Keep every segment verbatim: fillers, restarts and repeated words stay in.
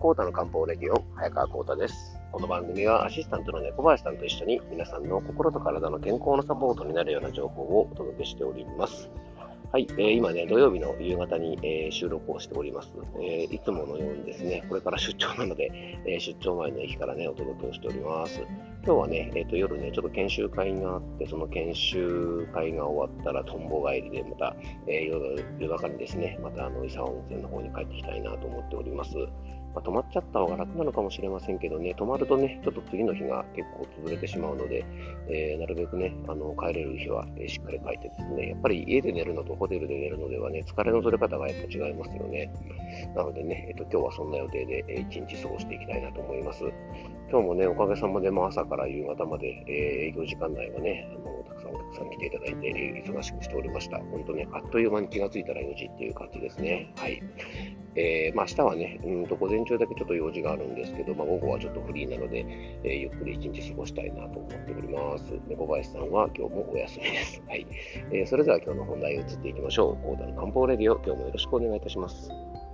コータの漢方レディオ、早川コータです。この番組はアシスタントの猫林さんと一緒に皆さんの心と体の健康のサポートになるような情報をお届けしております。はい、えー、今ね、土曜日の夕方に、えー、収録をしております、えー。いつものようにですね、これから出張なので、えー、出張前の駅からね、お届けをしております。今日はね、えーと、夜ね、ちょっと研修会があって、その研修会が終わったら、とんぼ帰りでまた、えー、夜, 夜中にですね、またあの、伊佐温泉の方に帰ってきたいなと思っております。まあ、泊まっちゃった方が楽なのかもしれませんけどね、泊まるとね、ちょっと次の日が結構潰れてしまうので、えー、なるべくね、あの帰れる日は、えー、しっかり帰ってですね、やっぱり家で寝るのとホテルで寝るのではね、疲れの取れ方がやっぱ違いますよね。なのでね、えっと、今日はそんな予定で、えー、一日過ごしていきたいなと思います。今日もね、おかげさまで、まあ、朝から夕方まで、えー、営業時間内はね、あのたくさんお客さん来ていただいて、えー、忙しくしておりました。本当ね、あっという間に気がついたらよじっていう感じですね。はい。えー、まあ明日はね、うんと午前中だけちょっと用事があるんですけど、まあ、午後はちょっとフリーなので、えー、ゆっくり一日過ごしたいなと思っております。猫林さんは今日もお休みです。はい。えー、それでは今日の本題に移っていきましょう。コータの漢方レディオ、今日もよろしくお願いいたします。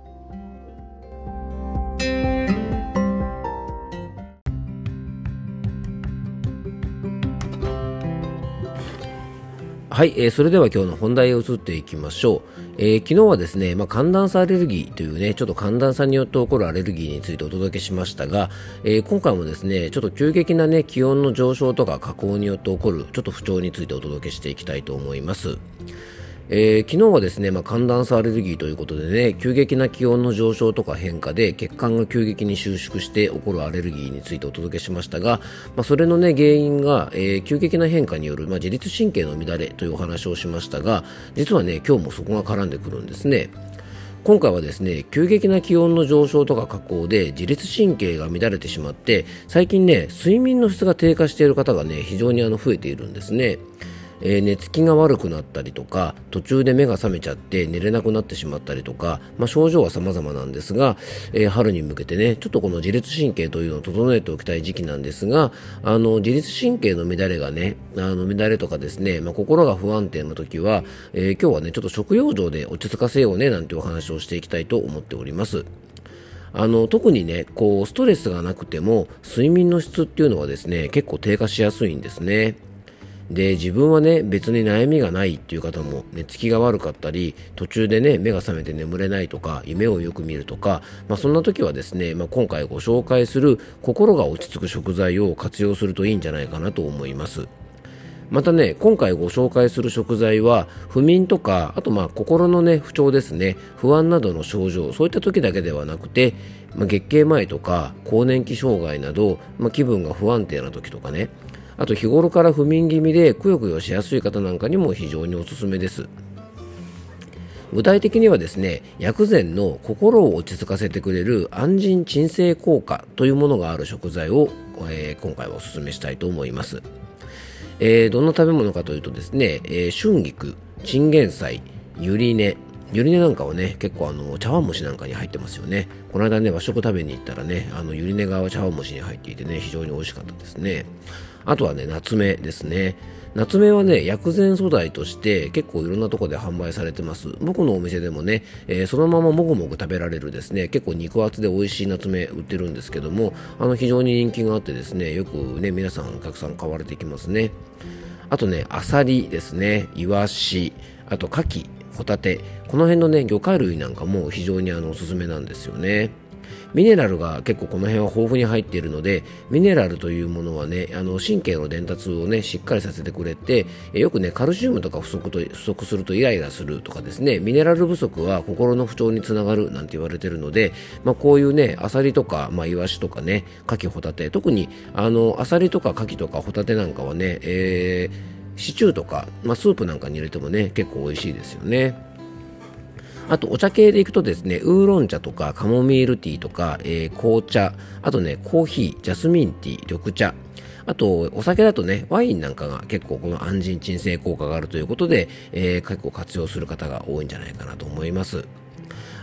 はい、えー、それでは今日の本題へ移っていきましょう。えー、昨日はですね、まあ、寒暖差アレルギーというね、ちょっと寒暖差によって起こるアレルギーについてお届けしましたが、えー、今回もですね、ちょっと急激なね、気温の上昇とか下降によって起こるちょっと不調についてお届けしていきたいと思います。えー、昨日はですね、まあ、寒暖差アレルギーということでね、急激な気温の上昇とか変化で血管が急激に収縮して起こるアレルギーについてお届けしましたが、まあ、それのね、原因が、えー、急激な変化による、まあ、自律神経の乱れというお話をしましたが、実はね、今日もそこが絡んでくるんですね。今回はですね、急激な気温の上昇とか下降で自律神経が乱れてしまって、最近ね、睡眠の質が低下している方がね、非常にあの増えているんですね。えー、寝つきが悪くなったりとか、途中で目が覚めちゃって寝れなくなってしまったりとか、まあ、症状は様々なんですが、えー、春に向けてね、ちょっとこの自律神経というのを整えておきたい時期なんですが、あの自律神経の乱れがね、あの乱れとかですね、まあ、心が不安定な時は、えー、今日はね、ちょっと食養生で落ち着かせようねなんてお話をしていきたいと思っております。あの特にね、こうストレスがなくても睡眠の質っていうのはですね、結構低下しやすいんですね。で、自分はね、別に悩みがないっていう方も、寝つきが悪かったり、途中でね、目が覚めて眠れないとか、夢をよく見るとか、まあ、そんな時はですね、まあ、今回ご紹介する心が落ち着く食材を活用するといいんじゃないかなと思います。またね、今回ご紹介する食材は不眠とか、あとまあ心のね不調ですね、不安などの症状、そういった時だけではなくて、まあ、月経前とか更年期障害など、まあ、気分が不安定な時とかね、あと日頃から不眠気味でくよくよしやすい方なんかにも非常におすすめです。具体的にはですね、薬膳の心を落ち着かせてくれる安神鎮静効果というものがある食材を、えー、今回はおすすめしたいと思います。えー、どんな食べ物かというとですね、えー、春菊、チンゲン菜、ゆり根、ゆり根なんかはね、結構あの茶碗蒸しなんかに入ってますよね。この間ね、和食食べに行ったらね、あのゆり根が茶碗蒸しに入っていてね、非常に美味しかったですね。あとはね、夏目ですね。夏目はね、薬膳素材として結構いろんなところで販売されてます。僕のお店でもね、えー、そのままもぐもぐ食べられるですね、結構肉厚で美味しい夏目売ってるんですけども、あの非常に人気があってですね、よくね、皆さんお客さん買われていきますね。あとね、アサリですね、イワシ、あとカキ、ホタテ、この辺のね、魚介類なんかも非常にあのおすすめなんですよね。ミネラルが結構この辺は豊富に入っているので、ミネラルというものはね、あの神経の伝達をね、しっかりさせてくれて、よくね、カルシウムとか不足と不足するとイライラするとかですね、ミネラル不足は心の不調につながるなんて言われているので、まあ、こういうね、アサリとか、まあ、イワシとかね、カキホタテ、特にあのアサリとかカキとかホタテなんかはね、えー、シチューとか、まあ、スープなんかに入れてもね、結構美味しいですよね。あとお茶系でいくとですね、ウーロン茶とかカモミールティーとか、えー、紅茶、あとね、コーヒー、ジャスミンティー、緑茶、あとお酒だとね、ワインなんかが結構この安神鎮静効果があるということで、えー、結構活用する方が多いんじゃないかなと思います。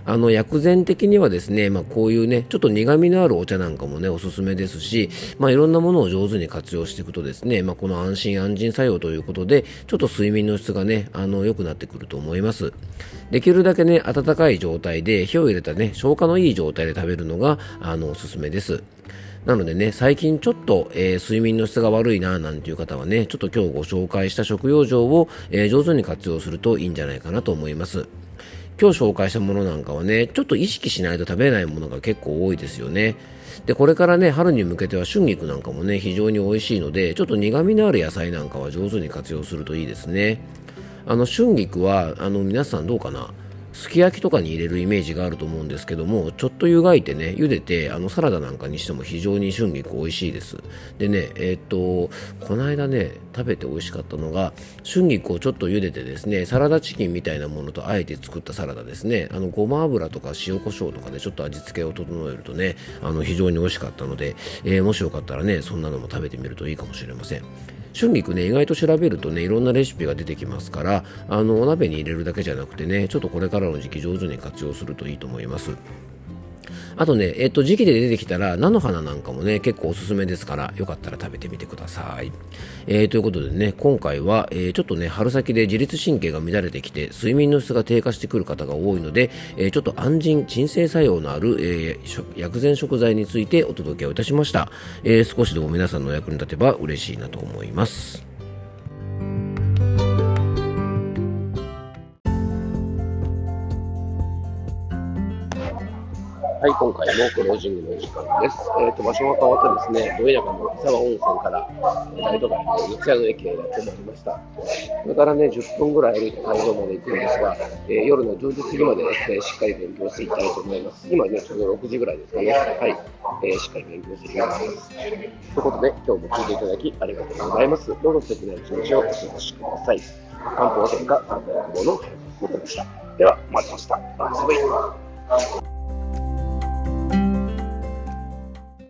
あの薬膳的にはですね、まあ、こういうねちょっと苦味のあるお茶なんかもねおすすめですし、まあ、いろんなものを上手に活用していくとですね、まあ、この安心安心作用ということでちょっと睡眠の質がねあの良くなってくると思います。できるだけね温かい状態で火を入れたね消化のいい状態で食べるのがあのおすすめです。なのでね、最近ちょっと、えー、睡眠の質が悪いななんていう方はね、ちょっと今日ご紹介した食用錠を、えー、上手に活用するといいんじゃないかなと思います。今日紹介したものなんかはね、ちょっと意識しないと食べれないものが結構多いですよね。で、これからね、春に向けては春菊なんかもね、非常に美味しいので、ちょっと苦味のある野菜なんかは上手に活用するといいですね。あの、春菊は、あの、皆さんどうかな？すき焼きとかに入れるイメージがあると思うんですけども、ちょっと湯がいてね茹でてあのサラダなんかにしても非常に春菊美味しいです。でねえー、っとこの間ね食べて美味しかったのが春菊をちょっと茹でてですねサラダチキンみたいなものとあえて作ったサラダですね。あのごま油とか塩コショウとかでちょっと味付けを整えるとねあの非常に美味しかったので、えー、もしよかったらねそんなのも食べてみるといいかもしれません。春菊ね意外と調べるとねいろんなレシピが出てきますからあのお鍋に入れるだけじゃなくてねちょっとこれからの時期上手に活用するといいと思います。あとね、えっと、時期で出てきたら菜の花なんかもね結構おすすめですからよかったら食べてみてください。えー、ということでね今回は、えー、ちょっとね春先で自律神経が乱れてきて睡眠の質が低下してくる方が多いので、えー、ちょっと安心鎮静作用のある、えー、薬膳食材についてお届けをいたしました。えー、少しでも皆さんのお役に立てば嬉しいなと思います。 はい、今回もクロージングの時間です。えーと、場所が変わってですね、ど田舎の伊沢温泉から大都会の四谷の駅へやってまいりました。それからね、じゅっぷんぐらい歩いて会場まで行くんですが、えー、夜のじゅうじ過ぎまでですね、しっかり勉強していきたいと思います。今ね、ちょうどろくじぐらいですかね。はい、えー、しっかり勉強していきます。ということで、今日も聞いていただきありがとうございます。どうぞ素敵な一日をお過ごしください。漢方専科漢方薬房の早川でした。では、また明日。バイバイ。